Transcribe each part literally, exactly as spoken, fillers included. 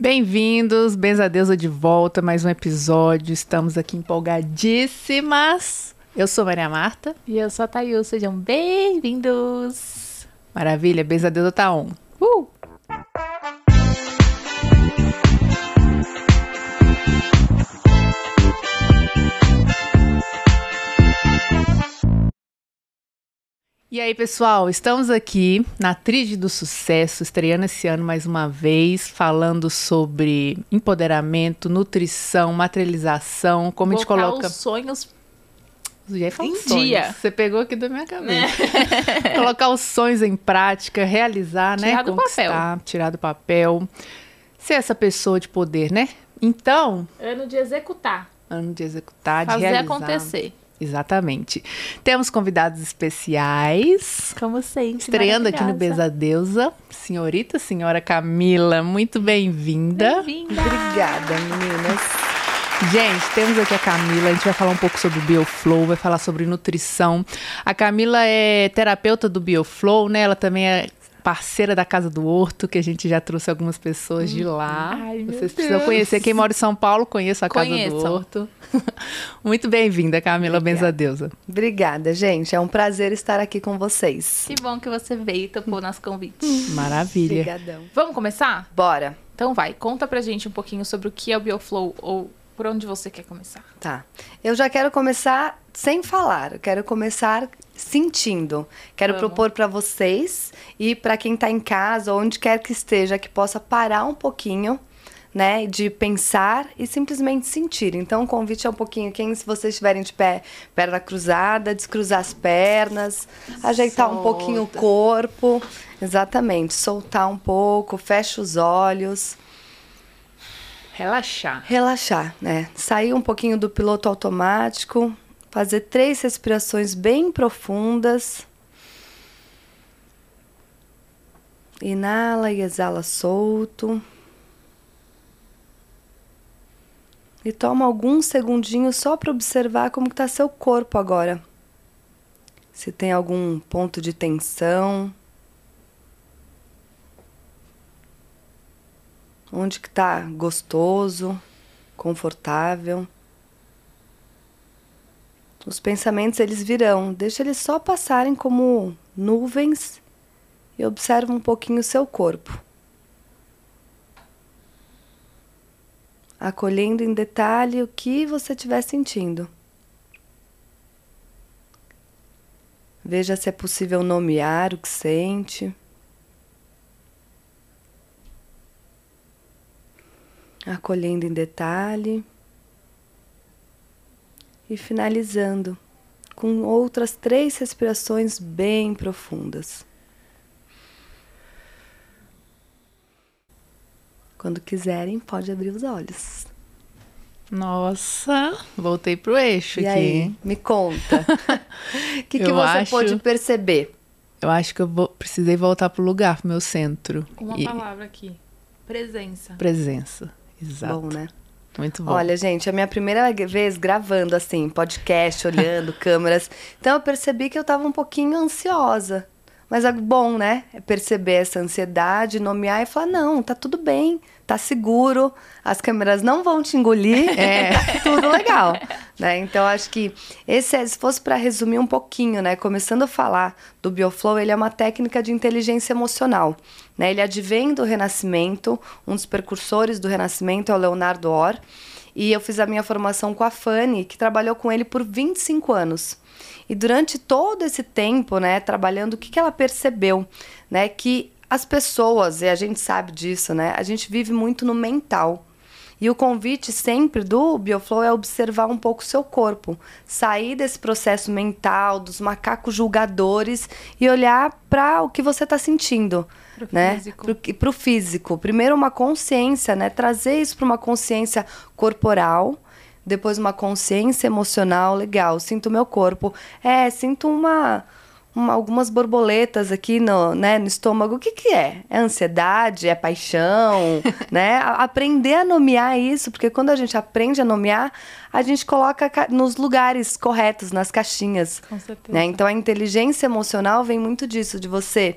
Bem-vindos, Benzadeusa de volta, mais um episódio. Estamos aqui empolgadíssimas. Eu sou Maria Marta. E eu sou a Thayu, sejam bem-vindos. Maravilha, Benzadeusa tá on. Uh! E aí, pessoal, estamos aqui na Tríade do Sucesso, estreando esse ano mais uma vez, falando sobre empoderamento, nutrição, materialização, como Colocar a gente coloca... os sonhos Já ia falar em sonhos. dia. Você pegou aqui da minha cabeça. É. Colocar os sonhos em prática, realizar, tirar né? Do Conquistar, papel. tirar do papel. Ser essa pessoa de poder, né? Então... Ano de executar. Ano de executar, de Fazer realizar. acontecer. Exatamente. Temos convidados especiais. Como sempre. Estreando aqui no Benzadeusa, senhorita, senhora Camila, muito bem-vinda. Bem-vinda. Obrigada, meninas. Gente, temos aqui a Camila, a gente vai falar um pouco sobre o Bioflow, vai falar sobre nutrição. A Camila é terapeuta do Bioflow, né? Ela também é parceira da Casa do Horto, que a gente já trouxe algumas pessoas de lá. Ai, meu Vocês Deus. precisam conhecer. Quem mora em São Paulo, conheça a Casa Conheçam. do Horto. Muito bem-vinda, Camila Benzadeusa. Obrigada, gente. É um prazer estar aqui com vocês. Que bom que você veio e topou nosso convite. Maravilha. Obrigadão. Vamos começar? Bora. Então vai, conta pra gente um pouquinho sobre o que é o Bioflow ou por onde você quer começar. Tá. Eu já quero começar sem falar. Eu quero começar sentindo. Quero Vamos. propor para vocês e para quem tá em casa, onde quer que esteja, que possa parar um pouquinho, né, de pensar e simplesmente sentir. Então, o convite é um pouquinho, quem, se vocês estiverem de pé, perna cruzada, descruzar as pernas, ajeitar um Solta. pouquinho o corpo. Exatamente. Soltar um pouco, fecha os olhos. Relaxar. Relaxar, né? Sair um pouquinho do piloto automático, fazer três respirações bem profundas. Inala e exala solto. E toma alguns segundinhos só para observar como está seu corpo agora. Se tem algum ponto de tensão. Onde que tá gostoso, confortável. Os pensamentos, eles virão. Deixa eles só passarem como nuvens e observa um pouquinho o seu corpo. Acolhendo em detalhe o que você estiver sentindo. Veja se é possível nomear o que sente. Acolhendo em detalhe e finalizando com outras três respirações bem profundas. Quando quiserem, pode abrir os olhos. Nossa, voltei pro eixo E aqui. aí, me conta. O que, que Eu você acho- pôde perceber? Eu acho que eu vou, precisei voltar pro lugar, pro meu centro. Uma E- palavra aqui. Presença. Presença. Exato. Bom, né? Muito bom. Olha, gente, é a minha primeira vez gravando assim, podcast, olhando câmeras. Então eu percebi que eu tava um pouquinho ansiosa. Mas é bom, né? É perceber essa ansiedade, nomear e falar, não, tá tudo bem, tá seguro, as câmeras não vão te engolir, é tudo legal, né? Então acho que esse, é- se fosse para resumir um pouquinho, né? Começando a falar do Bioflow, ele é uma técnica de inteligência emocional, né? Ele advém do Renascimento, um dos precursores do Renascimento é o Leonardo Orr, e eu fiz a minha formação com a Fanny, que trabalhou com ele por vinte e cinco anos. E durante todo esse tempo, né, trabalhando, o que, que ela percebeu? Né, que as pessoas, e a gente sabe disso, né, a gente vive muito no mental. E o convite sempre do Bioflow é observar um pouco o seu corpo, sair desse processo mental, dos macacos julgadores e olhar para o que você está sentindo. Pro Né? físico. Para o físico. Primeiro uma consciência, né? Trazer isso para uma consciência corporal, depois uma consciência emocional. Legal, sinto o meu corpo. É, sinto uma, uma, algumas borboletas aqui no, né, no estômago. O que que é? É ansiedade? É paixão? Né? A- Aprender a nomear isso, porque quando a gente aprende a nomear, a gente coloca ca- nos lugares corretos, nas caixinhas. Com certeza. Né? Então, a inteligência emocional vem muito disso, de você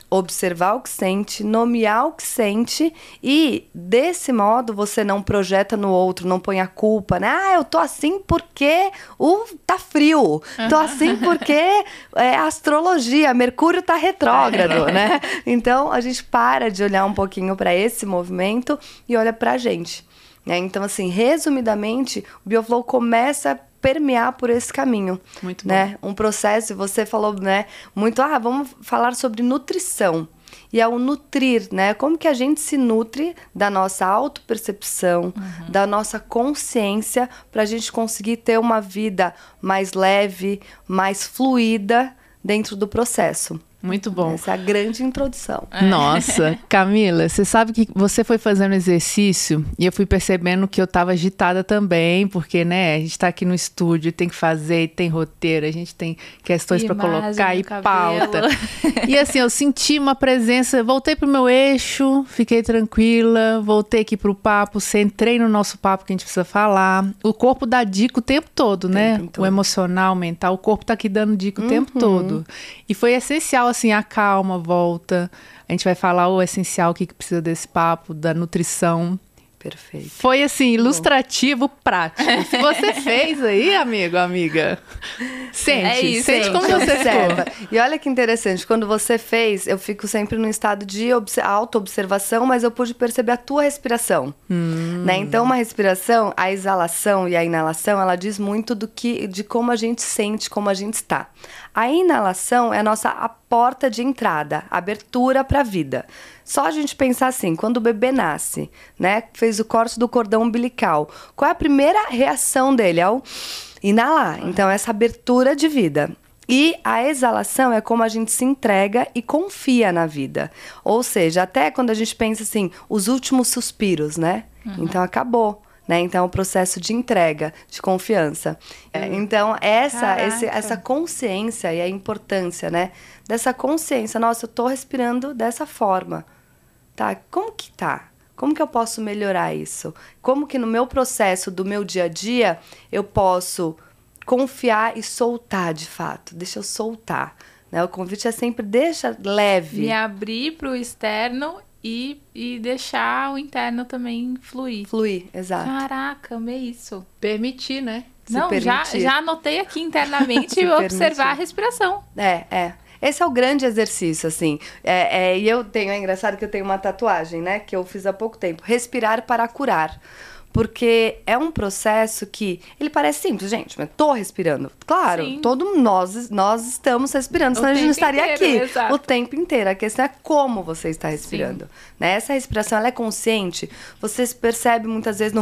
observar o que sente, nomear o que sente e, desse modo, você não projeta no outro, não põe a culpa, né? Ah, eu tô assim porque o tá frio, tô assim porque é astrologia, Mercúrio tá retrógrado, né? Então, a gente para de olhar um pouquinho para esse movimento e olha pra gente, né? Então, assim, resumidamente, o BioFlow começa a permear por esse caminho. Muito né? Bom. Um processo, você falou, né, muito, ah, vamos falar sobre nutrição. E é o nutrir, né? Como que a gente se nutre da nossa autopercepção, uhum. da nossa consciência, para a gente conseguir ter uma vida mais leve, mais fluida dentro do processo. Muito bom. Essa é a grande introdução. Nossa, Camila, você sabe que você foi fazendo exercício e eu fui percebendo que eu estava agitada também, porque, né, a gente está aqui no estúdio, tem que fazer, tem roteiro, a gente tem questões para colocar e pauta. E assim, eu senti uma presença, voltei pro meu eixo, fiquei tranquila, voltei aqui pro papo, centrei no nosso papo que a gente precisa falar. O corpo dá dica o tempo todo, né? Todo. O emocional, o mental, o corpo tá aqui dando dica o uhum. tempo todo. E foi essencial, assim, a calma, volta. A gente vai falar o essencial, o que, que precisa desse papo, da nutrição. Perfeito. Foi, assim, ilustrativo, prático. Se você fez aí, amigo, amiga, sente. É isso, sente como você observa. E olha que interessante, quando você fez, eu fico sempre num estado de auto-observação, mas eu pude perceber a tua respiração. Hum. Né? Então, uma respiração, a exalação e a inalação, ela diz muito do que, de como a gente sente, como a gente está. A inalação é a nossa a porta de entrada, abertura para a vida. Só a gente pensar assim, quando o bebê nasce, né, fez o corte do cordão umbilical, qual é a primeira reação dele? É o inalar. Então, essa abertura de vida. E a exalação é como a gente se entrega e confia na vida. Ou seja, até quando a gente pensa assim, os últimos suspiros, né? Uhum. Então, acabou. Né? Então, é um processo de entrega, de confiança. É, então, essa, esse, essa consciência e a importância, né? Dessa consciência. Nossa, eu tô respirando dessa forma. Tá? Como que tá? Como que eu posso melhorar isso? Como que no meu processo do meu dia a dia, eu posso confiar e soltar de fato? Deixa eu soltar. Né? O convite é sempre deixa leve. Me abrir para o externo E, e deixar o interno também fluir. Fluir, exato. Caraca, amei isso. Permitir, né? Se Não, já, já anotei aqui internamente e observar a respiração. É, é. Esse é o grande exercício, assim. É, é, e eu tenho, é engraçado que eu tenho uma tatuagem, né? Que eu fiz há pouco tempo. Respirar para curar. Porque é um processo que... Ele parece simples, gente, mas tô respirando. Claro, Sim. todos nós, nós estamos respirando, senão a gente não estaria inteiro, aqui exato. o tempo inteiro. A questão é como você está respirando. Né? Essa respiração, ela é consciente. Você se percebe muitas vezes no...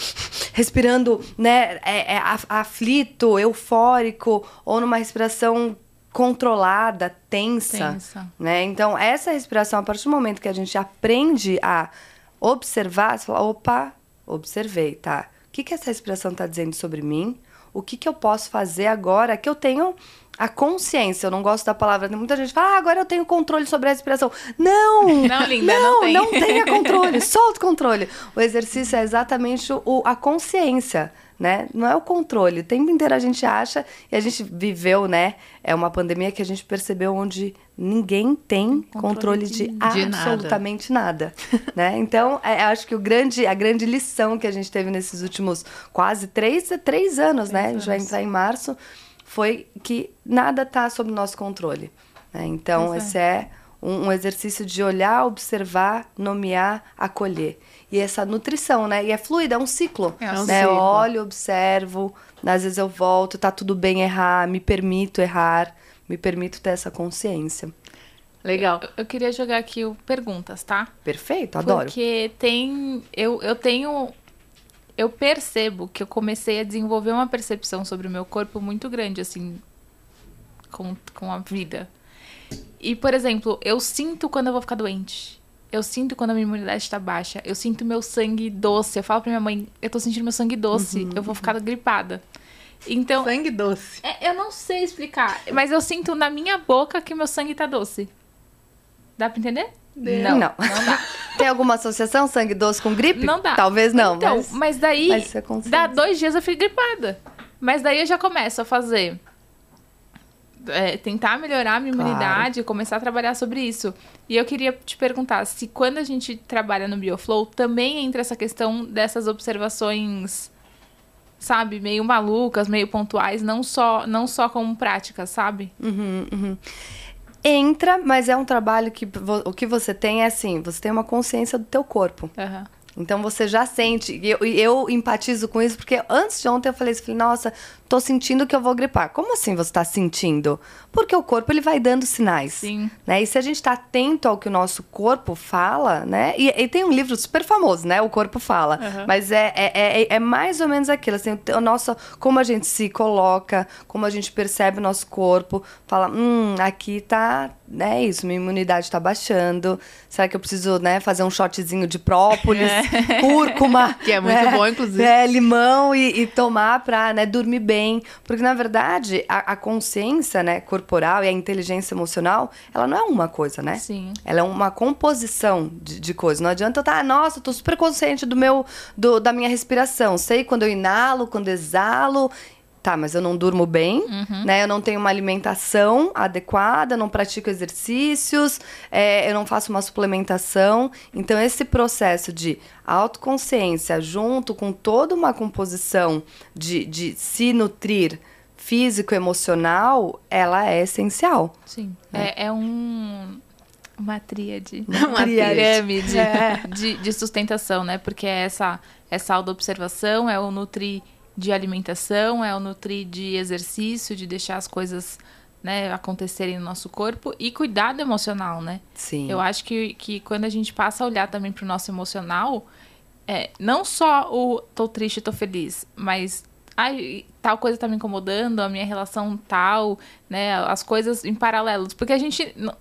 respirando, né, é, é aflito, eufórico, ou numa respiração controlada, tensa. Tensa. Né? Então, essa respiração, a partir do momento que a gente aprende a observar, você fala, opa... Observei, tá? O que, que essa respiração está dizendo sobre mim? O que, que eu posso fazer agora que eu tenho a consciência? Eu não gosto da palavra. Muita gente fala, ah, agora eu tenho controle sobre a respiração. Não! Não, linda, não, não tem. Não tenha controle, solta o controle. O exercício é exatamente o, a consciência, né? Não é o controle. O tempo inteiro a gente acha, e a gente viveu, né? É uma pandemia que a gente percebeu onde ninguém tem controle, controle de, de, de absolutamente nada, nada né? Então, é, acho que o grande, a grande lição que a gente teve nesses últimos quase três, três anos, três né? Anos. A gente vai entrar em março, foi que nada está sob nosso controle. Né? Então, Exato. Esse é um, um exercício de olhar, observar, nomear, acolher. E essa nutrição, né? E é fluida, é um ciclo. É um né? ciclo. Eu olho, observo, às vezes eu volto, tá tudo bem errar, me permito errar, me permito ter essa consciência. Legal. Eu, eu queria jogar aqui o perguntas, tá? Perfeito, adoro. Porque tem... Eu, eu tenho... Eu percebo que eu comecei a desenvolver uma percepção sobre o meu corpo muito grande, assim, com, com a vida. E, por exemplo, eu sinto quando eu vou ficar doente. Eu sinto quando a minha imunidade está baixa. Eu sinto meu sangue doce. Eu falo pra minha mãe, eu tô sentindo meu sangue doce. Uhum. Eu vou ficar gripada. Então, sangue doce. É, eu não sei explicar, mas eu sinto na minha boca que meu sangue tá doce. Dá pra entender? Não. Não, não dá. Tem alguma associação sangue doce com gripe? Não dá. Talvez não. Então, mas, mas daí, mas dá dois dias eu fico gripada. Mas daí eu já começo a fazer é, tentar melhorar a minha Claro. imunidade, começar a trabalhar sobre isso. E eu queria te perguntar se quando a gente trabalha no BioFlow, também entra essa questão dessas observações, sabe, meio malucas, meio pontuais, não só, não só como práticas, sabe? Uhum, uhum. Entra, mas é um trabalho que vo- o que você tem é assim, você tem uma consciência do teu corpo. Aham. Então você já sente, e eu, e eu empatizo com isso, porque antes de ontem eu falei assim, falei, nossa, tô sentindo que eu vou gripar. Como assim você tá sentindo? Porque o corpo, ele vai dando sinais. Sim. Né? E se a gente tá atento ao que o nosso corpo fala, né? E, e tem um livro super famoso, né? O Corpo Fala. Uhum. Mas é, é, é, é mais ou menos aquilo, assim, o, o nosso, como a gente se coloca, como a gente percebe o nosso corpo, fala, hum, aqui tá, é isso, minha imunidade tá baixando. Será que eu preciso, né, fazer um shotzinho de própolis, cúrcuma? Que é muito né? bom, inclusive. É, limão e, e tomar pra, né, dormir bem. Porque, na verdade, a, a consciência, né, corporal e a inteligência emocional, ela não é uma coisa, né? Sim. Ela é uma composição de, de coisas. Não adianta eu estar, nossa, eu tô super consciente do meu, do, da minha respiração. Sei quando eu inalo, quando exalo. Tá, mas eu não durmo bem, né? Eu não tenho uma alimentação adequada, não pratico exercícios, é, eu não faço uma suplementação. Então, esse processo de autoconsciência, junto com toda uma composição de, de se nutrir físico-emocional, ela é essencial. Sim. É, é um... Uma tríade. Uma tríade. pirâmide É. de, de sustentação, né? Porque é essa, essa autoobservação, é o nutrir de alimentação, é o nutrir de exercício, de deixar as coisas, né, acontecerem no nosso corpo e cuidado emocional, né? Sim. Eu acho que, que quando a gente passa a olhar também pro nosso emocional, é, não só o tô triste, tô feliz, mas ai, tal coisa tá me incomodando, a minha relação tal, né, as coisas em paralelos, porque a gente não-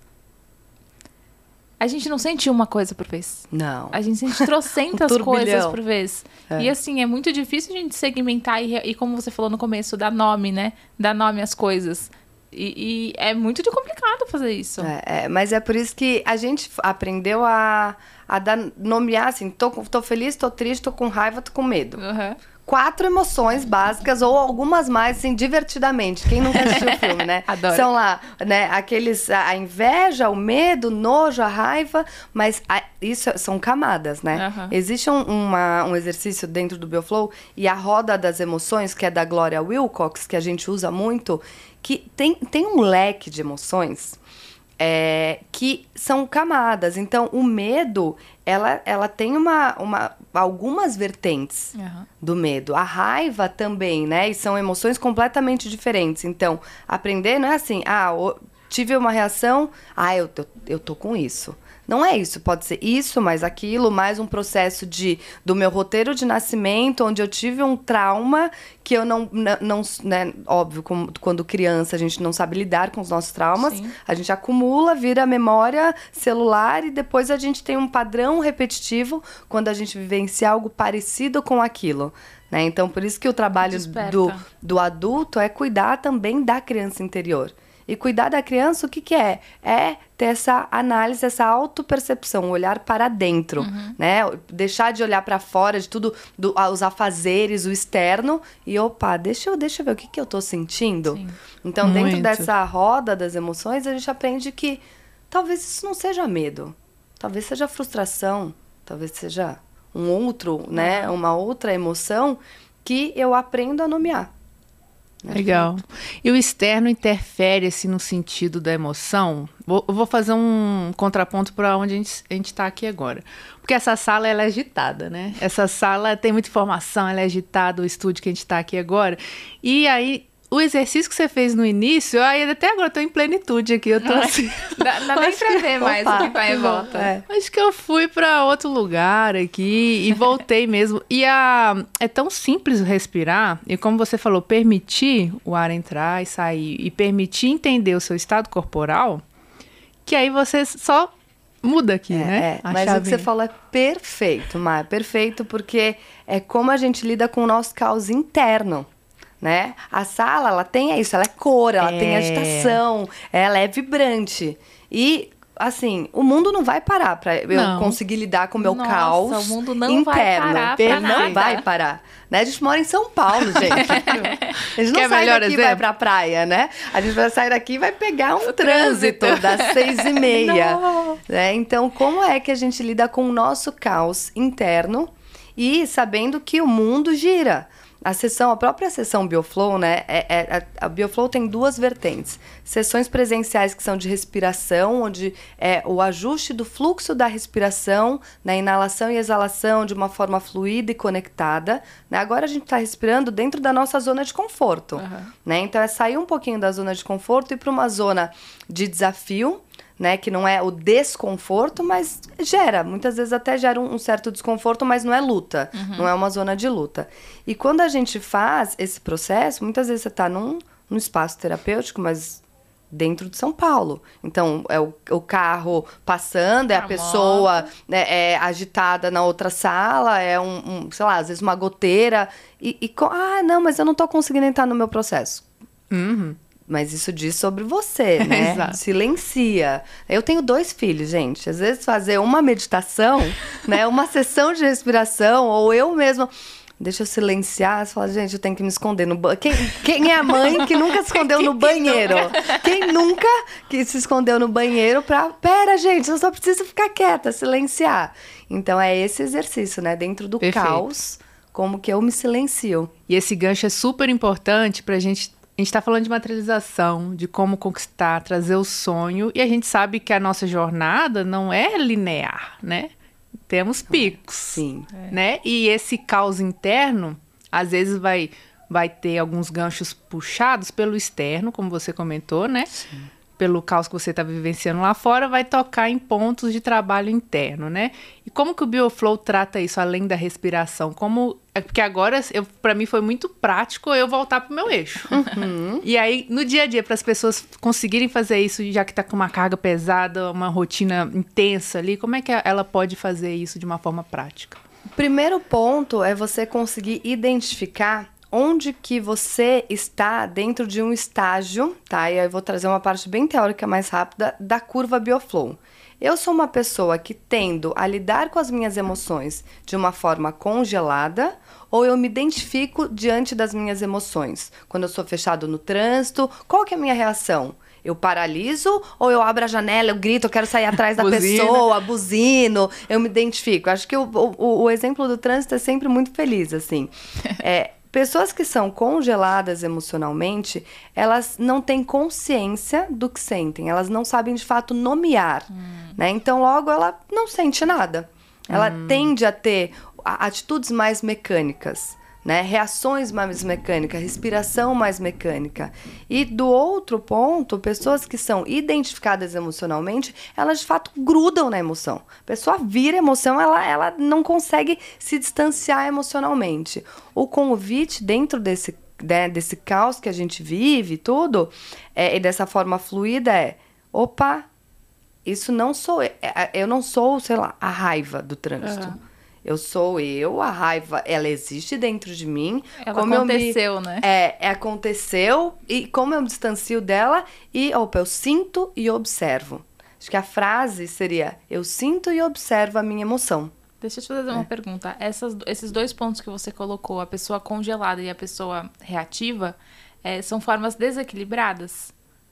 a gente não sente uma coisa por vez. Não. A gente sente trocentas Um turbilhão. coisas por vez. É. E assim, é muito difícil a gente segmentar e, e como você falou no começo, dar nome, né? Dar nome às coisas. E, e é muito de complicado fazer isso. É, é, mas é por isso que a gente f- aprendeu a, a dar, nomear assim, tô, com- tô feliz, tô triste, tô com raiva, tô com medo. Uhum. Quatro emoções básicas, ou algumas mais, assim, divertidamente. Quem nunca assistiu o filme, né? Adoro. São lá, né, aqueles, a, a inveja, o medo, o nojo, a raiva, mas a- isso são camadas, né? Aham. Existe um, uma- um exercício dentro do BioFlow, e a roda das emoções, que é da Gloria Wilcox, que a gente usa muito, que tem, tem um leque de emoções é, que são camadas. Então, o medo, ela, ela tem uma, uma, algumas vertentes Aham. do medo. A raiva também, né? E são emoções completamente diferentes. Então, aprender não é assim, ah, o- tive uma reação, ah, eu, eu, eu tô com isso. Não é isso, pode ser isso, mais aquilo, mais um processo de, do meu roteiro de nascimento, onde eu tive um trauma que eu não, não, não né, óbvio, como- quando criança a gente não sabe lidar com os nossos traumas, Sim. a gente acumula, vira memória celular e depois a gente tem um padrão repetitivo quando a gente vivencia algo parecido com aquilo. Né? Então, por isso que o trabalho Desperta. do, do adulto é cuidar também da criança interior. E cuidar da criança, o que, que é? É ter essa análise, essa autopercepção, olhar para dentro, né? Deixar de olhar para fora, de tudo, do, ah, os afazeres, o externo, e opa, deixa eu, deixa eu ver o que, que eu tô sentindo. Sim. Então, dentro Muito. dessa roda das emoções, a gente aprende que talvez isso não seja medo, talvez seja frustração, talvez seja um outro, né? Uma outra emoção que eu aprendo a nomear. Legal. E o externo interfere assim, no sentido da emoção? Vou, eu vou fazer um contraponto para onde a gente a está aqui agora. Porque essa sala ela é agitada, né? Essa sala tem muita informação, ela é agitada, o estúdio que a gente está aqui agora. E aí, o exercício que você fez no início, aí até agora eu tô em plenitude aqui. Eu tô assim. Dá, dá nem pra ver mais Opa, o que vai e que bom. volta. É. Acho que eu fui para outro lugar aqui e voltei mesmo. E a, é tão simples respirar, e como você falou, permitir o ar entrar e sair, e permitir entender o seu estado corporal, que aí você só muda aqui, É, né? é. A Mas o que chavinha. você falou é perfeito, Mar, perfeito, porque é como a gente lida com o nosso caos interno. Né? A sala, ela tem isso, ela é cor, ela É. tem agitação, ela é vibrante. E assim, o mundo não vai parar pra eu Não. conseguir lidar com o meu Nossa, caos o mundo não interno. vai parar pra não nada. vai parar. Né? A gente mora em São Paulo, gente. A gente não Quer sai melhor daqui e exemplo? vai pra praia, né? A gente vai sair daqui e vai pegar um O trânsito, trânsito. das seis e meia. Não. Né? Então, como é que a gente lida com o nosso caos interno e sabendo que o mundo gira? A sessão, a própria sessão Bioflow, né? É, é, a, a Bioflow tem duas vertentes. Sessões presenciais que são de respiração, onde é o ajuste do fluxo da respiração, na inalação e exalação de uma forma fluida e conectada. Né? Agora a gente está respirando dentro da nossa zona de conforto. Uhum. Né? Então é sair um pouquinho da zona de conforto e ir para uma zona de desafio. Né, que não é o desconforto, mas gera, muitas vezes até gera um, um certo desconforto, mas não é luta, uhum. não é uma zona de luta. E quando a gente faz esse processo, muitas vezes você está num, num espaço terapêutico, mas dentro de São Paulo. Então, é o, o carro passando, é a, a pessoa né, é agitada na outra sala, é um, um, sei lá, às vezes uma goteira. E, e, ah, não, mas eu não estou conseguindo entrar no meu processo. Uhum. Mas isso diz sobre você, né? Exato. Silencia. Eu tenho dois filhos, gente. Às vezes fazer uma meditação, né? Uma sessão de respiração, ou eu mesma... Deixa eu silenciar. Você fala, gente, eu tenho que me esconder no banheiro. Quem, quem é a mãe que nunca se escondeu no banheiro? Quem nunca que se escondeu no banheiro pra... Pera, gente, eu só preciso ficar quieta, silenciar. Então, é esse exercício, né? Dentro do Perfeito. caos, como que eu me silencio. E esse gancho é super importante pra gente... A gente está falando de materialização, de como conquistar, trazer o sonho. E a gente sabe que a nossa jornada não é linear, né? Temos picos, Sim. né? E esse caos interno, às vezes vai, vai ter alguns ganchos puxados pelo externo, como você comentou, né? Sim. Pelo caos que você está vivenciando lá fora, vai tocar em pontos de trabalho interno, né? E como que o Bioflow trata isso, além da respiração? Como... É porque agora, para mim, foi muito prático eu voltar pro meu eixo. Uhum. E aí, no dia a dia, para as pessoas conseguirem fazer isso, já que tá com uma carga pesada, uma rotina intensa ali, como é que ela pode fazer isso de uma forma prática? O primeiro ponto é você conseguir identificar onde que você está dentro de um estágio, tá? E aí eu vou trazer uma parte bem teórica mais rápida da curva Bioflow. Eu sou uma pessoa que tendo a lidar com as minhas emoções de uma forma congelada, ou eu me identifico diante das minhas emoções? Quando eu sou fechado no trânsito, qual que é a minha reação? Eu paraliso ou eu abro a janela, eu grito, eu quero sair atrás da pessoa, buzino, eu me identifico. Acho que o, o, o exemplo do trânsito é sempre muito feliz, assim. É... Pessoas que são congeladas emocionalmente, elas não têm consciência do que sentem. Elas não sabem, de fato, nomear. Hum. Né? Então, logo, ela não sente nada. Ela hum. tende a ter atitudes mais mecânicas. Né? Reações mais mecânicas, respiração mais mecânica. E do outro ponto, pessoas que são identificadas emocionalmente, elas de fato grudam na emoção. A pessoa vira emoção, ela, ela não consegue se distanciar emocionalmente. O convite dentro desse, né, desse caos que a gente vive e tudo, é, e dessa forma fluida é, opa, isso não sou eu, eu não sou, sei lá, a raiva do trânsito. Uhum. Eu sou eu, a raiva, ela existe dentro de mim. Ela como aconteceu, eu me, né? É, é, aconteceu, e como eu me distancio dela, e, opa, eu sinto e observo. Acho que a frase seria, eu sinto e observo a minha emoção. Deixa eu te fazer uma é. pergunta. Essas, esses dois pontos que você colocou, a pessoa congelada e a pessoa reativa, é, são formas desequilibradas?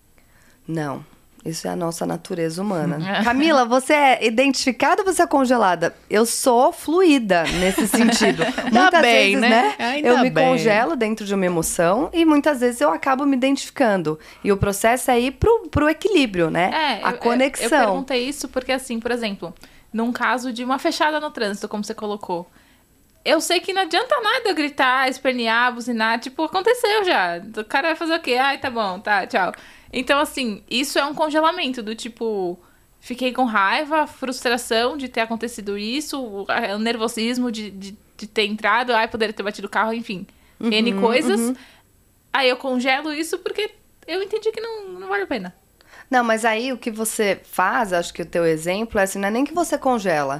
Não. Isso é a nossa natureza humana. Camila, você é identificada ou você é congelada? Eu sou fluida nesse sentido. Muitas bem, vezes, né? né? Ainda eu me bem. congelo dentro de uma emoção e muitas vezes eu acabo me identificando. E o processo é ir pro, pro equilíbrio, né? É, a eu, conexão. Eu, eu perguntei isso porque, assim, por exemplo, num caso de uma fechada no trânsito, como você colocou, eu sei que não adianta nada eu gritar, espernear, buzinar, tipo, aconteceu já. O cara vai fazer o quê? Ai, tá bom, tá, tchau. Então, assim, isso é um congelamento do tipo... Fiquei com raiva, frustração de ter acontecido isso, o, o nervosismo de, de, de ter entrado, ai, poderia ter batido o carro, enfim. Uhum, N coisas. Uhum. Aí eu congelo isso porque eu entendi que não, não vale a pena. Não, mas aí o que você faz, acho que o teu exemplo é assim, não é nem que você congela.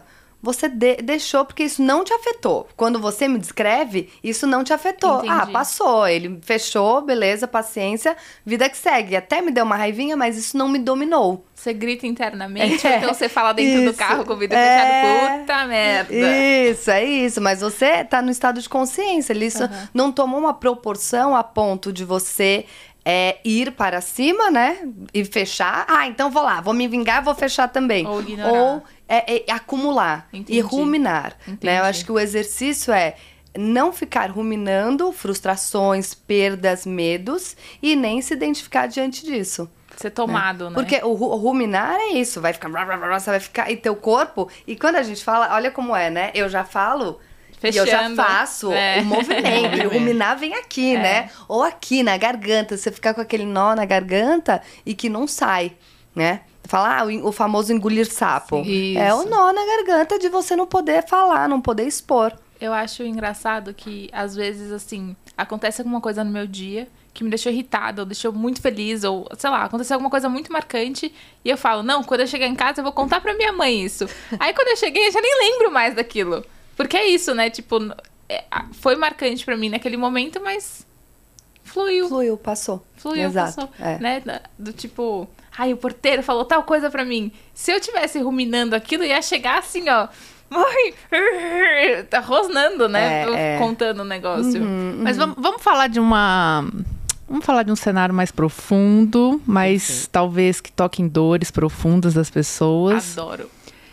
você de- deixou porque isso não te afetou. Quando você me descreve, isso não te afetou. Entendi. Ah, passou, ele fechou, beleza, paciência, vida que segue. Até me deu uma raivinha, mas isso não me dominou. Você grita internamente, É, ou então você fala dentro do isso. carro com o vidro É. fechado. Puta merda. Isso, é isso. Mas você tá no estado de consciência. Isso Aham. não tomou uma proporção a ponto de você é, ir para cima, né? E fechar. Ah, então vou lá, vou me vingar, vou fechar também. Ou ignorar. Ou é, é, acumular Entendi. e ruminar. Entendi. Né? Eu acho que o exercício é não ficar ruminando frustrações, perdas, medos e nem se identificar diante disso. Ser tomado, né? Porque o, ru- o ruminar é isso, vai ficar, blá, blá, blá, você vai ficar, e teu corpo, e quando a gente fala, olha como é, né? Eu já falo, e eu já Fechando. faço É. o movimento, e o ruminar vem aqui, É. né? Ou aqui, na garganta, você ficar com aquele nó na garganta e que não sai, né? Falar ah, o, en- o famoso engolir sapo. Sim. É o Isso. nó na garganta de você não poder falar, não poder expor. Eu acho engraçado que, às vezes, assim, acontece alguma coisa no meu dia que me deixou irritada, ou deixou muito feliz, ou, sei lá, aconteceu alguma coisa muito marcante, e eu falo, não, quando eu chegar em casa eu vou contar pra minha mãe isso. Aí, quando eu cheguei, eu já nem lembro mais daquilo. Porque é isso, né? Tipo, é, a- foi marcante pra mim naquele momento, mas fluiu. Fluiu, passou. Fluiu, Exato. passou. É. Né? Da- Do tipo, ai, o porteiro falou tal coisa pra mim. Se eu tivesse ruminando aquilo, ia chegar assim, ó. Mãe, tá rosnando, né? É, Eu é. contando o negócio. Mas vamos, vamos falar de uma. Vamos falar de um cenário mais profundo, mais talvez que toque em dores profundas das pessoas Adoro.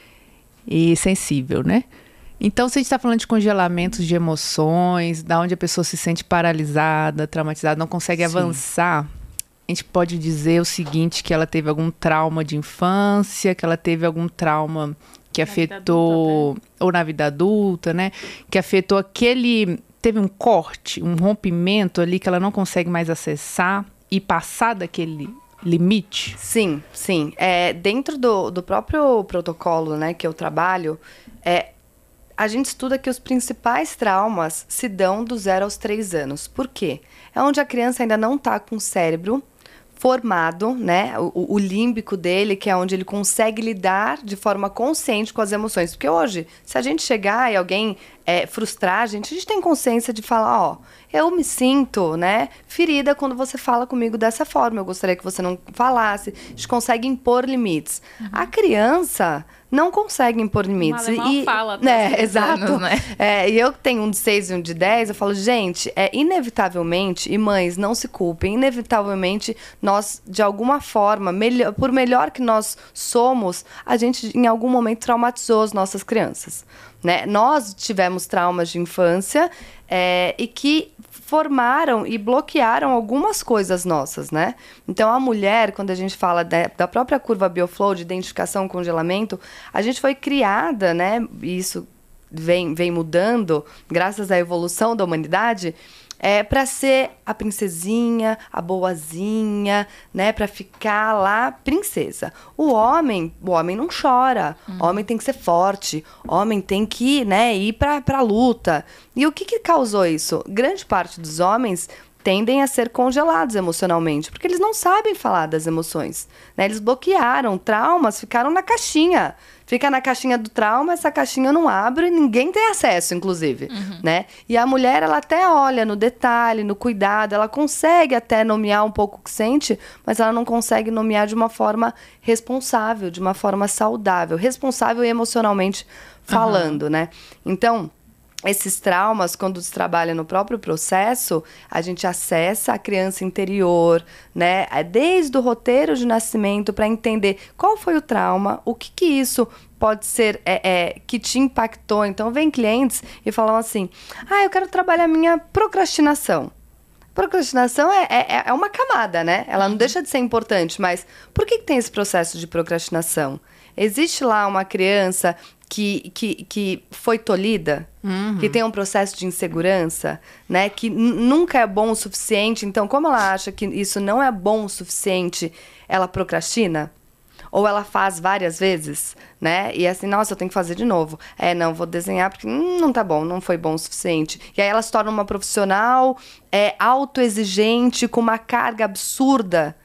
e sensível, né? Então, se a gente está falando de congelamentos de emoções, da onde a pessoa se sente paralisada, traumatizada, não consegue Sim. avançar, a gente pode dizer o seguinte, que ela teve algum trauma de infância, que ela teve algum trauma que Na vida afetou, adulta, ou na vida adulta, né? Que afetou aquele, teve um corte, um rompimento ali que ela não consegue mais acessar e passar daquele limite. Sim, sim. É, dentro do, do próprio protocolo, né, que eu trabalho, é, a gente estuda que os principais traumas se dão do zero aos três anos. Por quê? É onde a criança ainda não está com o cérebro formado, né? O, o límbico dele, que é onde ele consegue lidar de forma consciente com as emoções. Porque hoje, se a gente chegar e alguém é, frustrar a gente, a gente tem consciência de falar, ó, eu me sinto, né, ferida quando você fala comigo dessa forma. Eu gostaria que você não falasse. A gente consegue impor limites. Uhum. A criança não consegue impor limites. Mal e, fala até né, os dez exato. anos, né? É, e eu que tenho um de seis e um de dez, eu falo, gente, é inevitavelmente, e mães, não se culpem, inevitavelmente nós, de alguma forma, melhor, por melhor que nós somos, a gente em algum momento traumatizou as nossas crianças. Né? Nós tivemos traumas de infância é, e que formaram e bloquearam algumas coisas nossas, né? Então, a mulher, quando a gente fala da, da própria curva BioFlow, de identificação, congelamento, a gente foi criada, né? E isso vem, vem mudando, graças à evolução da humanidade, é, para ser a princesinha, a boazinha, né? Para ficar lá princesa. O homem, o homem não chora. O homem tem que ser forte. O homem tem que, né, ir para para luta. E o que que causou isso? Grande parte dos homens tendem a ser congelados emocionalmente, porque eles não sabem falar das emoções, né? Eles bloquearam, traumas ficaram na caixinha. Fica na caixinha do trauma, essa caixinha não abre e ninguém tem acesso, inclusive, né? E a mulher, ela até olha no detalhe, no cuidado, ela consegue até nomear um pouco o que sente, mas ela não consegue nomear de uma forma responsável, de uma forma saudável, responsável emocionalmente falando, né? Então, esses traumas, quando se trabalha no próprio processo, a gente acessa a criança interior, né? Desde o roteiro de nascimento, para entender qual foi o trauma, o que que isso pode ser é, é, que te impactou. Então, vem clientes e falam assim, ah, eu quero trabalhar minha procrastinação. Procrastinação é, é, é uma camada, né? Ela não deixa de ser importante, mas por que que tem esse processo de procrastinação? Existe lá uma criança que, que, que foi tolhida, Uhum. que tem um processo de insegurança, né? Que n- nunca é bom o suficiente. Então, como ela acha que isso não é bom o suficiente, ela procrastina? Ou ela faz várias vezes, né? E é assim, nossa, eu tenho que fazer de novo. É, não, vou desenhar porque hum, não tá bom, não foi bom o suficiente. E aí ela se torna uma profissional é, autoexigente, com uma carga absurda.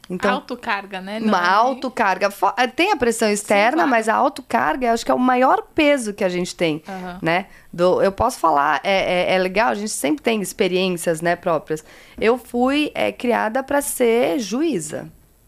Então, autocarga, né? Não uma é nem- autocarga. Fo- Tem a pressão externa, claro. mas a autocarga, eu acho que é o maior peso que a gente tem, Aham. né? Do, eu posso falar, é, é, é legal, a gente sempre tem experiências, né, próprias. Eu fui é, criada para ser juíza.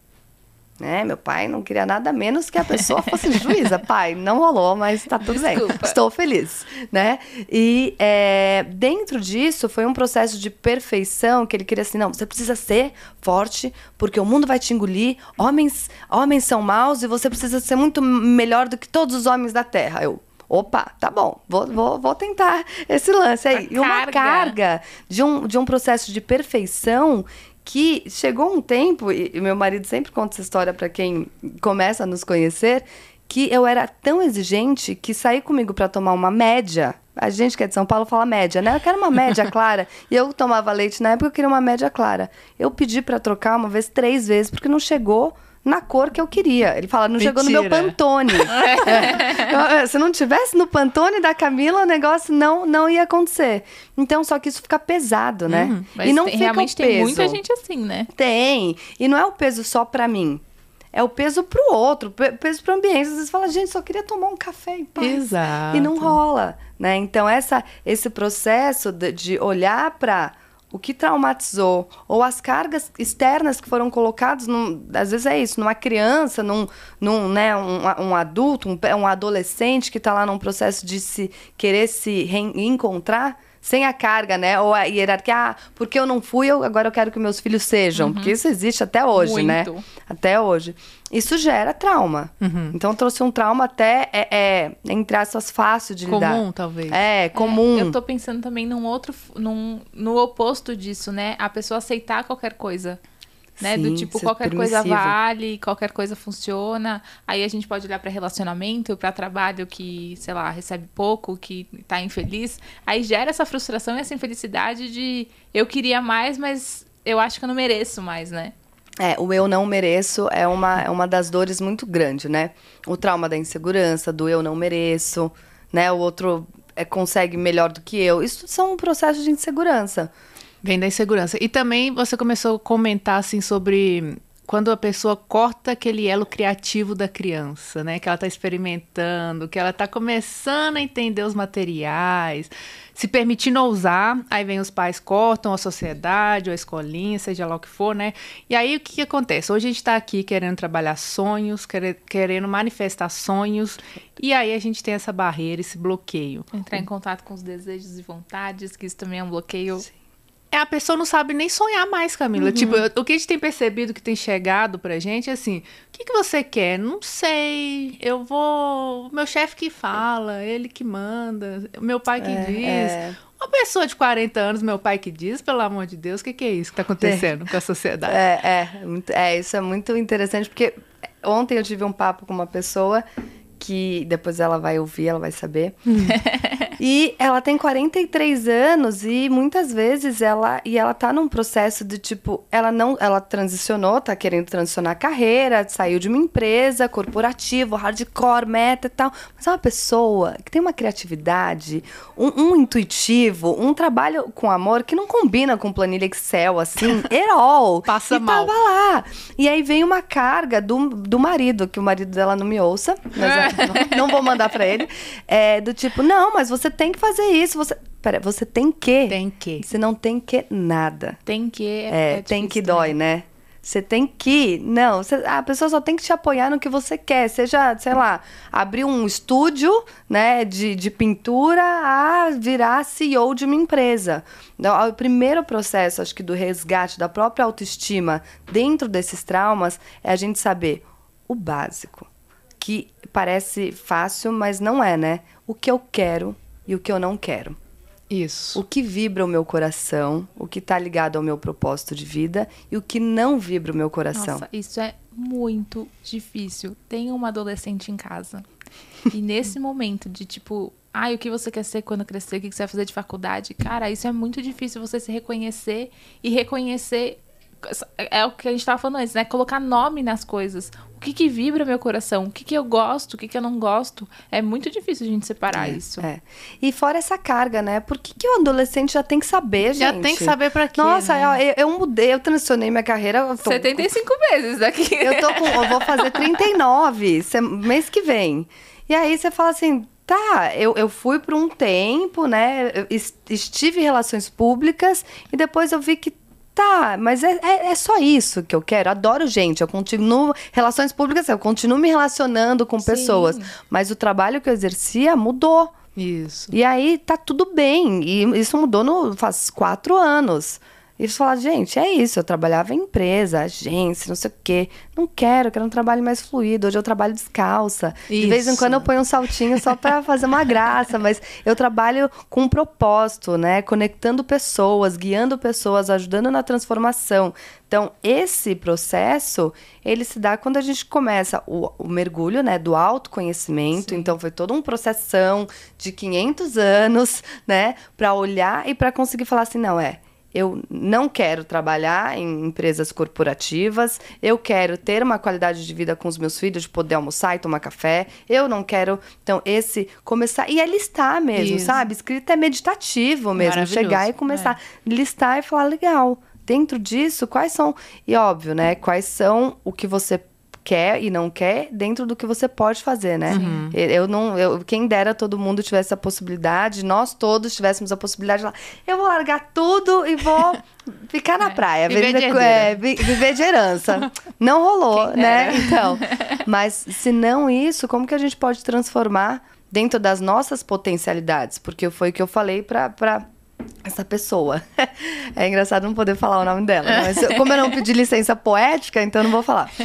Né? Meu pai não queria nada menos que a pessoa fosse juíza. Pai, não rolou, mas tá tudo bem. Desculpa. Estou feliz, né? E é, dentro disso foi um processo de perfeição que ele queria assim, não, você precisa ser forte porque o mundo vai te engolir. Homens, homens são maus e você precisa ser muito melhor do que todos os homens da Terra. Eu, opa, tá bom, vou, vou, vou tentar esse lance aí. A E uma carga. carga de um, de um processo de perfeição que chegou um tempo, e e meu marido sempre conta essa história para quem começa a nos conhecer, que eu era tão exigente que sair comigo para tomar uma média, a gente que é de São Paulo fala média, né? Eu quero uma média clara. E eu tomava leite na época, eu queria uma média clara. Eu pedi para trocar uma vez, três vezes, porque não chegou na cor que eu queria. Ele fala, não chegou no meu Mentira. Pantone. É. Eu- Se não tivesse no Pantone da Camila, o negócio não, não ia acontecer. Então, só que isso fica pesado, né? Uhum. Mas e não tem- fica realmente o peso. tem muita gente assim, né? Tem. E não é o peso só pra mim. É o peso pro outro, pe- peso pro ambiente. Às vezes fala, gente, só queria tomar um café em paz. Exato. E não rola, né? Então, essa, esse processo de, de olhar para o que traumatizou, ou as cargas externas que foram colocadas, num, às vezes é isso, numa criança, num, num, né, um, um adulto, um, um adolescente que está lá num processo de se querer se reencontrar, sem a carga, né? Ou a hierarquia, ah, porque eu não fui, eu, agora eu quero que meus filhos sejam. Porque isso existe até hoje, né? Muito. Até hoje. Isso gera trauma. Então, trouxe um trauma até, é, é, entre aspas, fácil de lidar. Comum, talvez. É, comum. É, eu tô pensando também num outro, num, no oposto disso, né? A pessoa aceitar qualquer coisa. Né? Sim, Do tipo, ser qualquer coisa permissivo. vale, qualquer coisa funciona. Aí a gente pode olhar pra relacionamento, pra trabalho que, sei lá, recebe pouco, que tá infeliz. Aí gera essa frustração e essa infelicidade de eu queria mais, mas eu acho que eu não mereço mais, né? É, o eu não mereço é uma, é uma das dores muito grande, né? O trauma da insegurança, do eu não mereço, né? O outro é, consegue melhor do que eu. Isso são processos de insegurança. Vem da insegurança. E também você começou a comentar assim sobre quando a pessoa corta aquele elo criativo da criança, né? Que ela está experimentando, que ela está começando a entender os materiais, se permitindo ousar. Aí vem os pais, cortam a sociedade, ou a escolinha, seja lá o que for, né? E aí o que, que acontece? Hoje a gente está aqui querendo trabalhar sonhos, querer, querendo manifestar sonhos, e aí a gente tem essa barreira, esse bloqueio. Entrar em contato com os desejos e vontades, que isso também é um bloqueio. É, a pessoa não sabe nem sonhar mais, Camila. Tipo, eu- o que a gente tem percebido, que tem chegado pra gente, é assim, o que, que você quer? Não sei, eu vou... Meu chefe que fala, ele que manda, meu pai que diz. é. Uma pessoa de quarenta anos, meu pai que diz, pelo amor de Deus, o que, que é isso que tá acontecendo com a sociedade? É, é, muito- é, isso é muito interessante, porque ontem eu tive um papo com uma pessoa que depois ela vai ouvir, ela vai saber. E ela tem quarenta e três anos e muitas vezes ela e ela tá num processo de tipo, ela não, ela transicionou, tá querendo transicionar a carreira, saiu de uma empresa corporativa, hardcore, meta e tal, mas é uma pessoa que tem uma criatividade, um, um intuitivo, um trabalho com amor que não combina com planilha Excel assim, at all. Passa e mal. tava lá. E aí vem uma carga do, do marido, que o marido dela não me ouça, mas eu não, não vou mandar pra ele, é, do tipo, não, mas você tem que fazer isso, você... Pera, você tem que. Tem que. Você não tem que nada. Tem que. É, é tem que difícil, dói, né? Você tem que. Não, você- a pessoa só tem que te apoiar no que você quer. Seja, sei lá, abrir um estúdio, né, de, de pintura a virar C E O de uma empresa. Então, o primeiro processo, acho que do resgate da própria autoestima dentro desses traumas é a gente saber o básico. Que parece fácil, mas não é, né? O que eu quero e o que eu não quero. Isso. O que vibra o meu coração, o que está ligado ao meu propósito de vida e o que não vibra o meu coração. Nossa, isso é muito difícil. Tem uma adolescente em casa. E nesse momento de tipo, ai, o que você quer ser quando crescer? O que você vai fazer de faculdade? Cara, isso é muito difícil você se reconhecer e reconhecer. É o que a gente tava falando antes, né? Colocar nome nas coisas. O que que vibra meu coração, o que que eu gosto, o que que eu não gosto. É muito difícil a gente separar é, isso. É. E fora essa carga, né? Por que, que o adolescente já tem que saber, já gente? Já tem que saber pra quê, Nossa, né? eu, eu mudei, eu transicionei minha carreira... Eu tô, setenta e cinco vezes daqui. Eu, tô com, eu vou fazer trinta e nove mês que vem. E aí você fala assim... Tá, eu, eu fui por um tempo, né? Eu estive em relações públicas e depois eu vi que tá, mas é, é, é só isso que eu quero. Adoro gente, eu continuo... Relações públicas, eu continuo me relacionando com Sim. pessoas. Mas o trabalho que eu exercia mudou. Isso. E aí tá tudo bem. E isso mudou no, faz quatro anos. E você fala, gente, é isso, eu trabalhava em empresa, agência, não sei o quê. Não quero, eu quero um trabalho mais fluido. Hoje eu trabalho descalça. Isso. De vez em quando eu ponho um saltinho só para fazer uma graça, mas eu trabalho com um propósito, né? Conectando pessoas, guiando pessoas, ajudando na transformação. Então, esse processo, ele se dá quando a gente começa o, o mergulho, né, do autoconhecimento. Sim. Então, foi todo um processão de quinhentos anos, né, para olhar e para conseguir falar assim, não, é... Eu não quero trabalhar em empresas corporativas, eu quero ter uma qualidade de vida com os meus filhos, de poder almoçar e tomar café, eu não quero... Então, esse começar... E é listar mesmo, Isso. sabe? Escrita é meditativo mesmo, chegar e começar a é. listar e falar, legal, dentro disso, quais são... E óbvio, né? Quais são o que você quer e não quer dentro do que você pode fazer, né? Uhum. Eu não, eu, quem dera todo mundo tivesse a possibilidade, nós todos tivéssemos a possibilidade de falar, eu vou largar tudo e vou ficar na é, praia, viver, viver, de é, viver de herança. Não rolou, né? Então, mas se não isso, como que a gente pode transformar dentro das nossas potencialidades? Porque foi o que eu falei para para essa pessoa. É engraçado não poder falar o nome dela, né? Mas como eu não pedi licença poética, então eu não vou falar.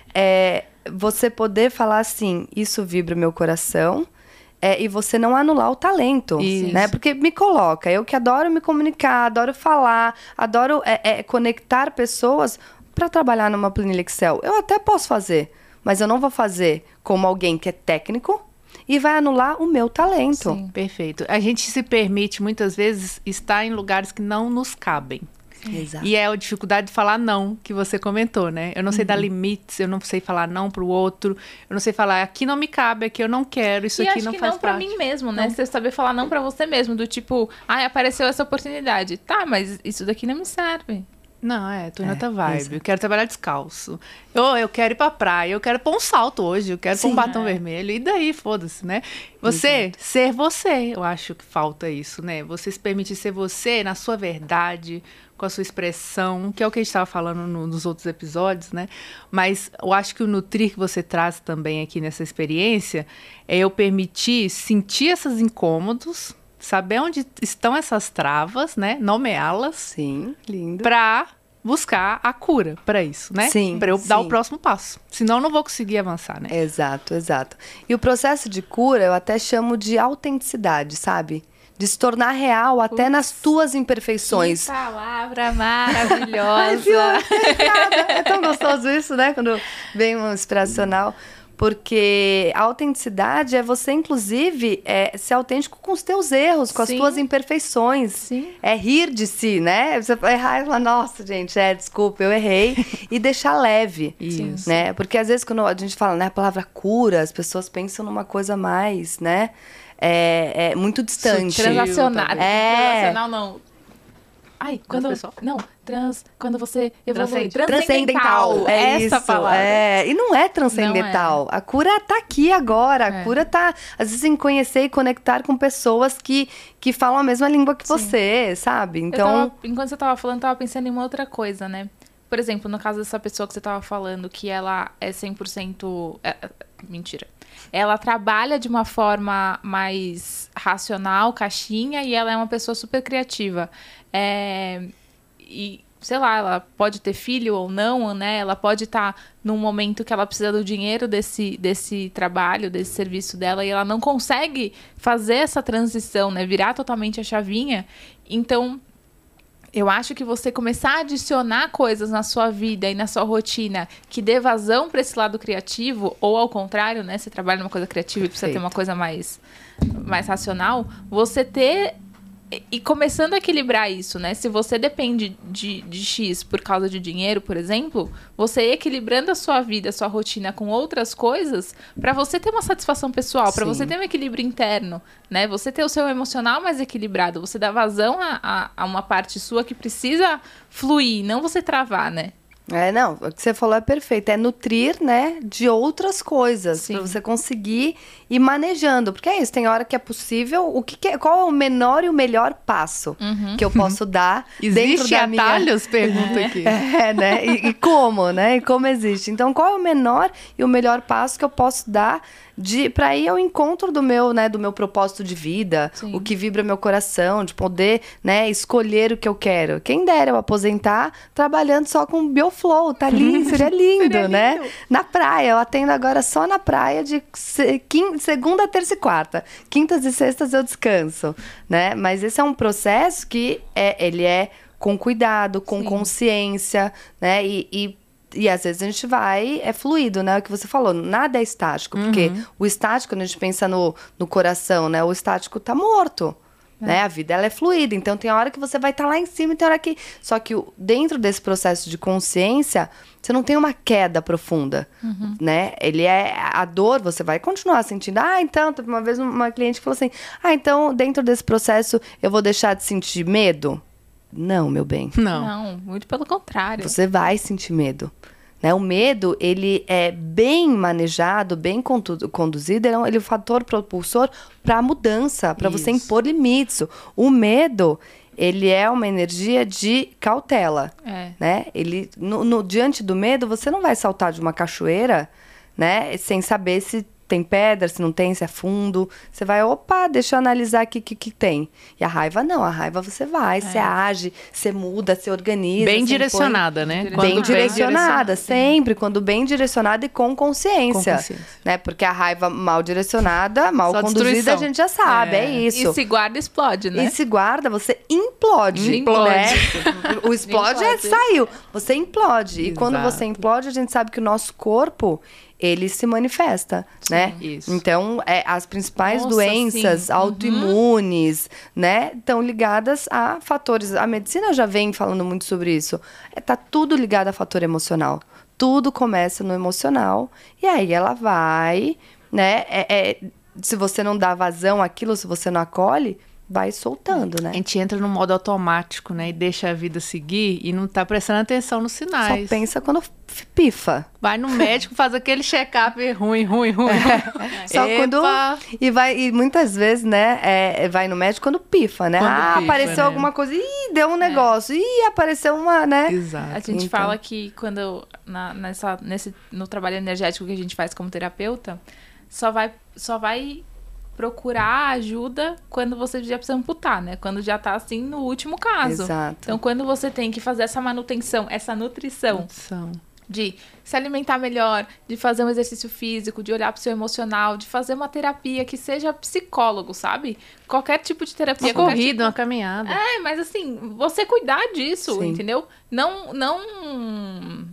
É, você poder falar assim, isso vibra o meu coração, é, e você não anular o talento, isso. né? Porque me coloca, eu que adoro me comunicar, adoro falar, adoro é, é, conectar pessoas para trabalhar numa planilha Excel. Eu até posso fazer, mas eu não vou fazer como alguém que é técnico, e vai anular o meu talento. Sim, perfeito. A gente se permite, muitas vezes, estar em lugares que não nos cabem. Exato. E é a dificuldade de falar não, que você comentou, né? Eu não sei uhum. dar limites, eu não sei falar não pro outro, eu não sei falar, aqui não me cabe, aqui eu não quero, isso e aqui acho não que faz não parte. Pra mim mesmo, né? Não. Você saber falar não pra você mesmo, do tipo, ai, ah, apareceu essa oportunidade. Tá, mas isso daqui não me serve. Não, é, tô em outra vibe. Eu quero trabalhar descalço. Eu, eu quero ir pra praia, eu quero pôr um salto hoje, eu quero Sim, pôr um batom é. vermelho. E daí, foda-se, né? Você, Exato. ser você, eu acho que falta isso, né? Você se permitir ser você na sua verdade, com a sua expressão, que é o que a gente estava falando no, nos outros episódios, né? Mas eu acho que o nutrir que você traz também aqui nessa experiência é eu permitir sentir esses incômodos, saber onde estão essas travas, né? Nomeá-las. Sim, lindo. Pra buscar a cura para isso, né? Sim. Para eu sim. dar o próximo passo. Senão eu não vou conseguir avançar, né? Exato, exato. E o processo de cura eu até chamo de autenticidade, sabe? De se tornar real até Ups. nas tuas imperfeições. Que palavra maravilhosa. Ai, viu? É tão gostoso isso, né? Quando vem um inspiracional. Porque a autenticidade é você, inclusive, é, ser autêntico com os teus erros, com Sim. as tuas imperfeições. Sim. É rir de si, né? Você vai errar e falar, nossa, gente, é, desculpa, eu errei. E deixar leve. Isso. Né? Porque às vezes quando a gente fala, né, a palavra cura, as pessoas pensam numa coisa mais, né? É, é muito distante. Sutil, transacional. É. Transacional não. Ai, quando... Não, trans... Quando você evolui... Transcendental. transcendental. É essa isso. palavra. É. E não é transcendental. Não é. A cura tá aqui agora. A é. cura tá, às vezes, em conhecer e conectar com pessoas que, que falam a mesma língua que Sim. você, sabe? Então... Tava, enquanto você tava falando, eu tava pensando em uma outra coisa, né? Por exemplo, no caso dessa pessoa que você tava falando, que ela é cem por cento... É, mentira. Ela trabalha de uma forma mais racional, caixinha, e ela é uma pessoa super criativa. É, e, sei lá, ela pode ter filho ou não, né? Ela pode estar tá num momento que ela precisa do dinheiro desse, desse trabalho, desse serviço dela, e ela não consegue fazer essa transição, né? Virar totalmente a chavinha. Então, eu acho que você começar a adicionar coisas na sua vida e na sua rotina que dê vazão para esse lado criativo, ou ao contrário, né? Você trabalha numa coisa criativa e precisa Perfeito. ter uma coisa mais, mais racional, você ter E começando a equilibrar isso, né? Se você depende de, de X por causa de dinheiro, por exemplo, você equilibrando a sua vida, a sua rotina com outras coisas, para você ter uma satisfação pessoal, para você ter um equilíbrio interno, né? Você ter o seu emocional mais equilibrado, você dá vazão a, a, a uma parte sua que precisa fluir, não você travar, né? É, não, o que você falou é perfeito, é nutrir, né, de outras coisas, para você conseguir ir manejando, porque é isso, tem hora que é possível, o que, que é, qual é o menor e o melhor passo uhum. que eu posso dar dentro da minha... atalhos? Pergunta aqui. É, né, e, e como, né, e como existe. Então, qual é o menor e o melhor passo que eu posso dar de para ir ao encontro do meu, né, do meu propósito de vida, Sim. o que vibra meu coração, de poder, né, escolher o que eu quero. Quem dera eu aposentar trabalhando só com Bioflow, tá lindo, seria lindo, seria né? Lindo. Na praia, eu atendo agora só na praia de quinta, segunda, terça e quarta. Quintas e sextas eu descanso, né? Mas esse é um processo que é, ele é com cuidado, com Sim. consciência, né? E, e E às vezes a gente vai, é fluido, né? O que você falou, nada é estático. Porque uhum. o estático, quando a gente pensa no, no coração, né? O estático tá morto, é. né? A vida, ela é fluida. Então, tem hora que você vai estar tá lá em cima e tem hora que... Só que dentro desse processo de consciência, você não tem uma queda profunda, uhum. né? Ele é... A dor, você vai continuar sentindo. Ah, então... Teve uma vez uma cliente que falou assim... Ah, então, dentro desse processo, eu vou deixar de sentir medo? Não, meu bem. Não. Não, muito pelo contrário. Você vai sentir medo. Né? O medo, ele é bem manejado, bem condu- conduzido, ele é, um, ele é um fator propulsor para a mudança, para você impor limites. O medo, ele é uma energia de cautela. É. Né? Ele, no, no, diante do medo, você não vai saltar de uma cachoeira, né? Sem saber se tem pedra, se não tem, se é fundo. Você vai, opa, deixa eu analisar aqui o que, que tem. E a raiva não, a raiva você vai, é. você age, você muda, você organiza. Bem direcionada, impõe... né? Bem quando direcionada, bem sempre. Quando bem direcionada e com consciência. Com consciência. Né? Porque a raiva mal direcionada, mal Só conduzida, destruição. A gente já sabe, é. é isso. E se guarda, explode, né? E se guarda, você implode. Implode. Né? O explode é, saiu. Você implode. Exato. E quando você implode, a gente sabe que o nosso corpo... ele se manifesta, sim, né? Isso. Então, é, as principais Nossa, doenças sim. autoimunes, uhum. né? Estão ligadas a fatores... A medicina já vem falando muito sobre isso. É, tá tudo ligado a fator emocional. Tudo começa no emocional. E aí, ela vai, né? É, é, se você não dá vazão àquilo, se você não acolhe... vai soltando, né? A gente entra no modo automático, né? E deixa a vida seguir e não tá prestando atenção nos sinais. Só pensa quando pifa. Vai no médico, faz aquele check-up ruim, ruim, ruim. É. Só Epa. quando... E, vai, e muitas vezes, né? É, vai no médico quando pifa, né? Quando ah, pifa, apareceu né? alguma coisa. Ih, deu um negócio. É. Ih, apareceu uma, né? Exato. A gente então... fala que quando... Na, nessa, nesse, no trabalho energético que a gente faz como terapeuta, só vai... Só vai procurar ajuda quando você já precisa amputar, né? Quando já tá, assim, no último caso. Exato. Então, quando você tem que fazer essa manutenção, essa nutrição, nutrição. de se alimentar melhor, de fazer um exercício físico, de olhar pro seu emocional, de fazer uma terapia que seja psicólogo, sabe? Qualquer tipo de terapia. Uma corrida, tipo... uma caminhada. É, mas assim, você cuidar disso, Sim. entendeu? Não... não...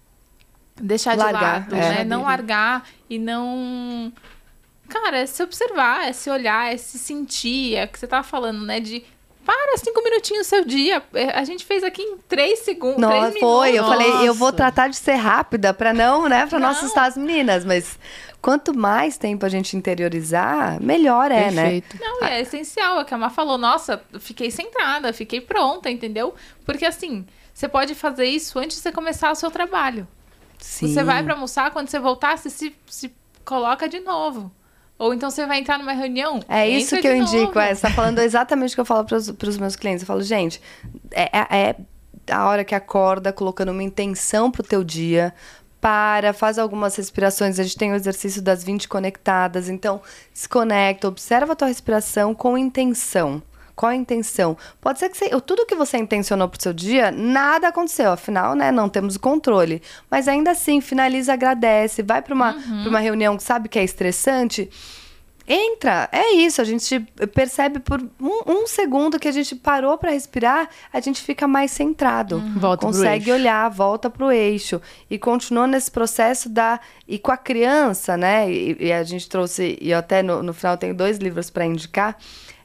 deixar largar, de lado, é. né? Não largar e não... Cara, é se observar, é se olhar, é se sentir, é o que você tava falando, né? De para cinco minutinhos do seu dia. A gente fez aqui em três segundos. Não, três foi. minutos. Eu Nossa. falei, eu vou tratar de ser rápida pra não, né? Pra não, não assustar as meninas. Mas quanto mais tempo a gente interiorizar, melhor é, Perfeito. né? Não, e é essencial. É que a Má falou, nossa, fiquei centrada, fiquei pronta, entendeu? Porque assim, você pode fazer isso antes de você começar o seu trabalho. Sim. Você vai pra almoçar, quando você voltar, você se, se coloca de novo. Ou então você vai entrar numa reunião. É isso que eu indico. É, você tá falando exatamente o que eu falo para os meus clientes. Eu falo, gente, é, é a hora que acorda, colocando uma intenção pro teu dia. Para, faz algumas respirações. A gente tem o exercício das vinte conectadas. Então, se conecta, observa a tua respiração com intenção. Qual a intenção? Pode ser que você, tudo que você intencionou pro seu dia, nada aconteceu. Afinal, né, não temos o controle. Mas ainda assim, finaliza, agradece. Vai para uma, uhum. pra uma reunião que sabe que é estressante. Entra. É isso. A gente percebe por um, um segundo que a gente parou para respirar, a gente fica mais centrado. Uhum. Volta Consegue pro eixo. olhar, volta pro eixo. E continua nesse processo da... E com a criança, né? E, e a gente trouxe... E eu até no, no final tenho dois livros para indicar.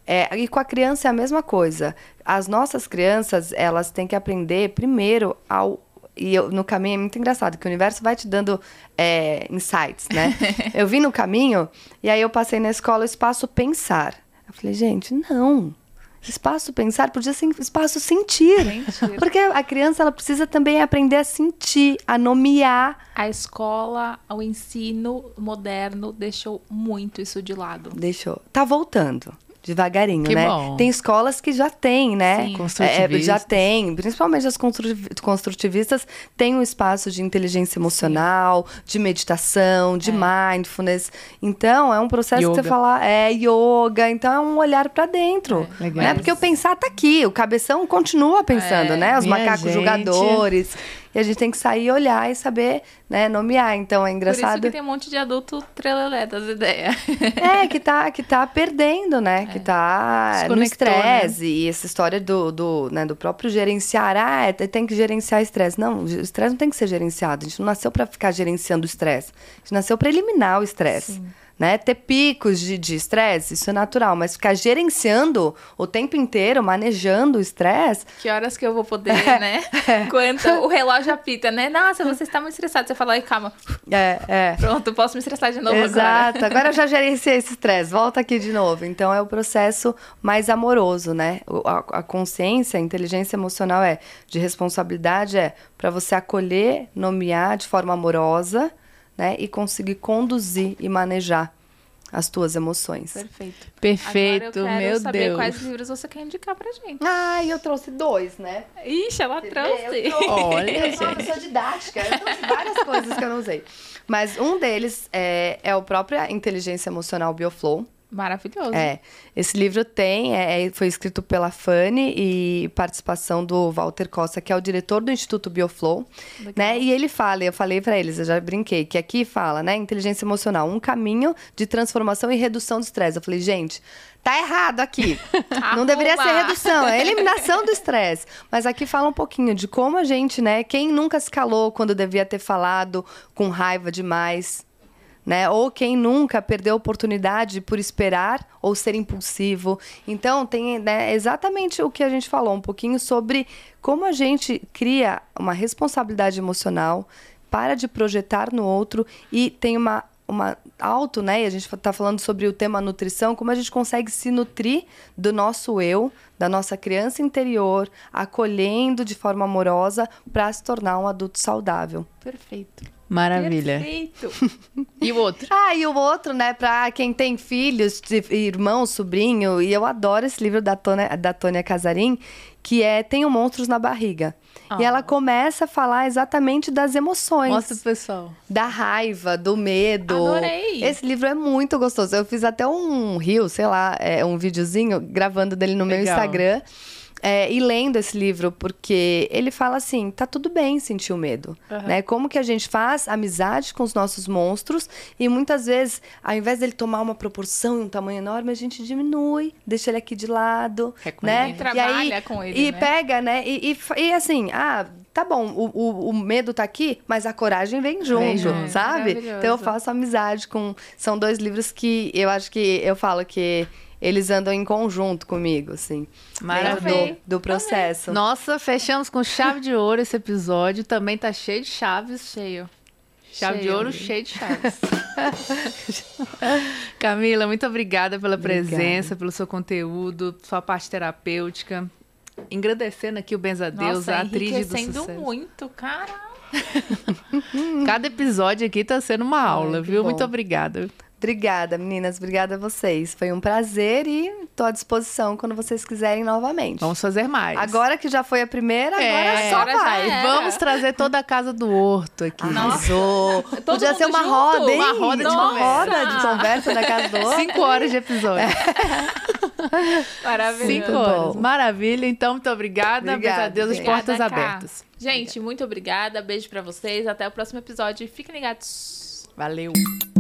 É, e com a criança é a mesma coisa. As nossas crianças, elas têm que aprender primeiro ao... E eu, no caminho é muito engraçado, que o universo vai te dando é, insights, né? Eu vim no caminho e aí eu passei na escola Espaço Pensar. Eu falei, gente, não... Espaço pensar podia ser espaço sentir. sentir. Porque a criança ela precisa também aprender a sentir, a nomear. A escola, o ensino moderno deixou muito isso de lado. Deixou. Tá voltando. Devagarinho, que né? Bom. Tem escolas que já tem, né? Sim. É, já tem, principalmente as construtivistas, tem um espaço de inteligência emocional, Sim. de meditação, de é. mindfulness. Então, é um processo yoga. que você fala, é yoga, então é um olhar pra dentro. É. Né? Porque o pensar tá aqui, o cabeção continua pensando, é. né? Os Minha macacos gente. julgadores. E a gente tem que sair e olhar e saber, né, nomear. Então, é engraçado. Por isso que tem um monte de adulto trelelé das ideias. É, que tá, que tá perdendo, né? É. Que tá no estresse. Né? E essa história do, do, né, do próprio gerenciar. Ah, tem que gerenciar estresse. Não, o estresse não tem que ser gerenciado. A gente não nasceu para ficar gerenciando o estresse. A gente nasceu para eliminar o estresse. Né? Ter picos de estresse, isso é natural, mas ficar gerenciando o tempo inteiro, manejando o estresse... Que horas que eu vou poder, né? É. Quando o relógio apita, né? Nossa, você está muito estressado. Você fala, ai, calma. É, é. Pronto, posso me estressar de novo Exato. agora. Exato, agora eu já gerenciei esse estresse, volta aqui de novo. Então, é o processo mais amoroso, né? A, a consciência, a inteligência emocional é de responsabilidade, é para você acolher, nomear de forma amorosa... Né, e conseguir conduzir e manejar as tuas emoções. Perfeito. Perfeito, Agora eu quero meu saber Deus. quais livros você quer indicar pra gente. Ah, eu trouxe dois, né? Ixi, ela Você trouxe. Eu trouxe. Olha, eu sou uma pessoa didática. Eu trouxe várias coisas que eu não usei. Mas um deles é, é o próprio Inteligência Emocional Bioflow. Maravilhoso. É, esse livro tem, é, foi escrito pela Fanny e participação do Walter Costa, que é o diretor do Instituto Bioflow, Legal. né? E ele fala, eu falei para eles, eu já brinquei, que aqui fala, né, inteligência emocional, um caminho de transformação e redução do estresse. Eu falei, gente, tá errado aqui. Não deveria ser redução, é eliminação do estresse. Mas aqui fala um pouquinho de como a gente, né, quem nunca se calou quando devia ter falado com raiva demais, né? Ou quem nunca perdeu a oportunidade por esperar ou ser impulsivo. Então, tem, né, exatamente o que a gente falou, um pouquinho sobre como a gente cria uma responsabilidade emocional, para de projetar no outro e tem uma, uma auto, né? E a gente está falando sobre o tema nutrição, como a gente consegue se nutrir do nosso eu, da nossa criança interior, acolhendo de forma amorosa para se tornar um adulto saudável. Perfeito. Maravilha. Perfeito. E o outro? Ah, e o outro, né, pra quem tem filhos, irmão, sobrinho, e eu adoro esse livro da Tônia, da Tônia Casarim, que é Tenho Monstros na Barriga. Oh. E ela começa a falar exatamente das emoções. Mostra pro pessoal. Da raiva, do medo. Adorei. Esse livro é muito gostoso. Eu fiz até um reel, sei lá, é, um videozinho, gravando dele no Legal. meu Instagram. É, e lendo esse livro, porque ele fala assim, tá tudo bem sentir o medo, uhum. né? Como que a gente faz amizade com os nossos monstros e muitas vezes, ao invés dele tomar uma proporção e um tamanho enorme, a gente diminui, deixa ele aqui de lado, né? E trabalha e aí, com ele, E né? pega, né? E, e, e assim, ah... Tá bom, o, o, o medo tá aqui, mas a coragem vem junto, vem junto. sabe? Então eu faço amizade com... São dois livros que eu acho que eu falo que eles andam em conjunto comigo, assim. Maravilha. Do, do processo. Nossa, fechamos com chave de ouro esse episódio. Também tá cheio de chaves. Cheio. Chave cheio. de ouro, cheio de chaves. Camila, muito obrigada pela obrigada. presença, pelo seu conteúdo, sua parte terapêutica. Engrandecendo aqui o Benzadeus, Nossa, a atriz do sucesso. muito, cara. Cada episódio aqui tá sendo uma aula, Ai, viu? bom. Muito obrigada. Obrigada, meninas. Obrigada a vocês. Foi um prazer e estou à disposição quando vocês quiserem novamente. Vamos fazer mais. Agora que já foi a primeira, é, agora só agora vai. Vamos trazer toda a casa do Horto aqui. Arrasou. Podia ser uma junto? roda, hein? Uma roda de uma conversa. roda de conversa da casa do Horto. Cinco horas de episódio. É. Maravilha. Cinco horas. Maravilha. Então, muito obrigada. Obrigada, Benzadeus, as gente. portas Obrigada, abertas. Gente, muito obrigada. Beijo pra vocês. Até o próximo episódio. Fiquem ligados. Valeu.